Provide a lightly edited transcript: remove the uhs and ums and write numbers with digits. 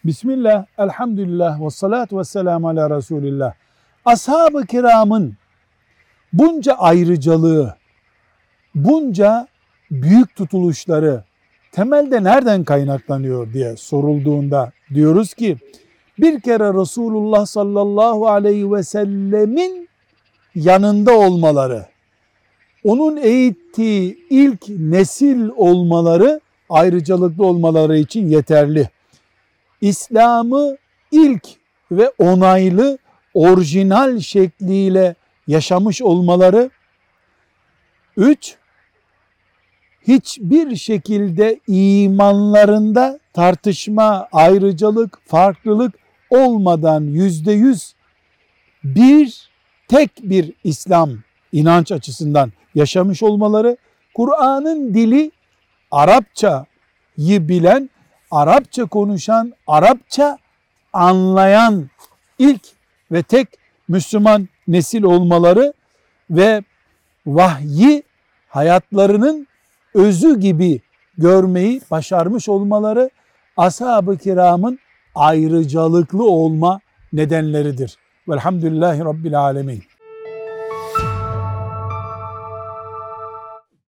Bismillah, elhamdülillah, ve salatu ve selamu ala Resulillah. Ashab-ı kiramın bunca ayrıcalığı, bunca büyük tutuluşları temelde nereden kaynaklanıyor diye sorulduğunda diyoruz ki, bir kere Resulullah sallallahu aleyhi ve sellemin yanında olmaları, onun eğittiği ilk nesil olmaları, ayrıcalıklı olmaları için yeterli. İslam'ı ilk ve onaylı, orijinal şekliyle yaşamış olmaları. 3, hiçbir şekilde imanlarında tartışma, ayrıcalık, farklılık olmadan %100 tek bir İslam inanç açısından yaşamış olmaları. Kur'an'ın dili Arapçayı bilen, Arapça konuşan, Arapça anlayan ilk ve tek Müslüman nesil olmaları ve vahyi hayatlarının özü gibi görmeyi başarmış olmaları ashab-ı kiramın ayrıcalıklı olma nedenleridir. Velhamdülillahi Rabbil alemin.